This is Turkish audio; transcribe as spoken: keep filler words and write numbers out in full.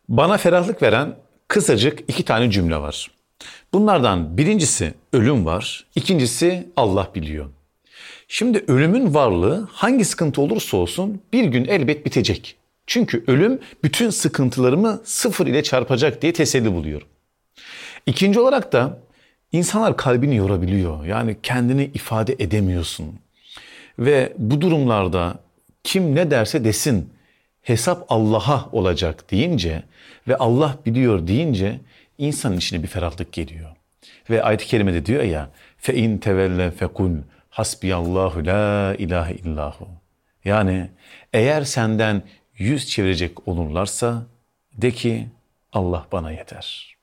Bana ferahlık veren kısacık iki tane cümle var. Bunlardan birincisi ölüm var, ikincisi Allah biliyor. Şimdi ölümün varlığı hangi sıkıntı olursa olsun bir gün elbet bitecek. Çünkü ölüm bütün sıkıntılarımı sıfır ile çarpacak diye teselli buluyorum. İkinci olarak da insanlar kalbini yorabiliyor. Yani kendini ifade edemiyorsun. Ve bu durumlarda kim ne derse desin hesap Allah'a olacak deyince ve Allah biliyor deyince insanın içine bir ferahlık geliyor. Ve ayet-i kerimede diyor ya fe in tevelle fekul hasbiyallahu la ilahe illahu. Yani eğer senden yüz çevirecek olurlarsa de ki Allah bana yeter.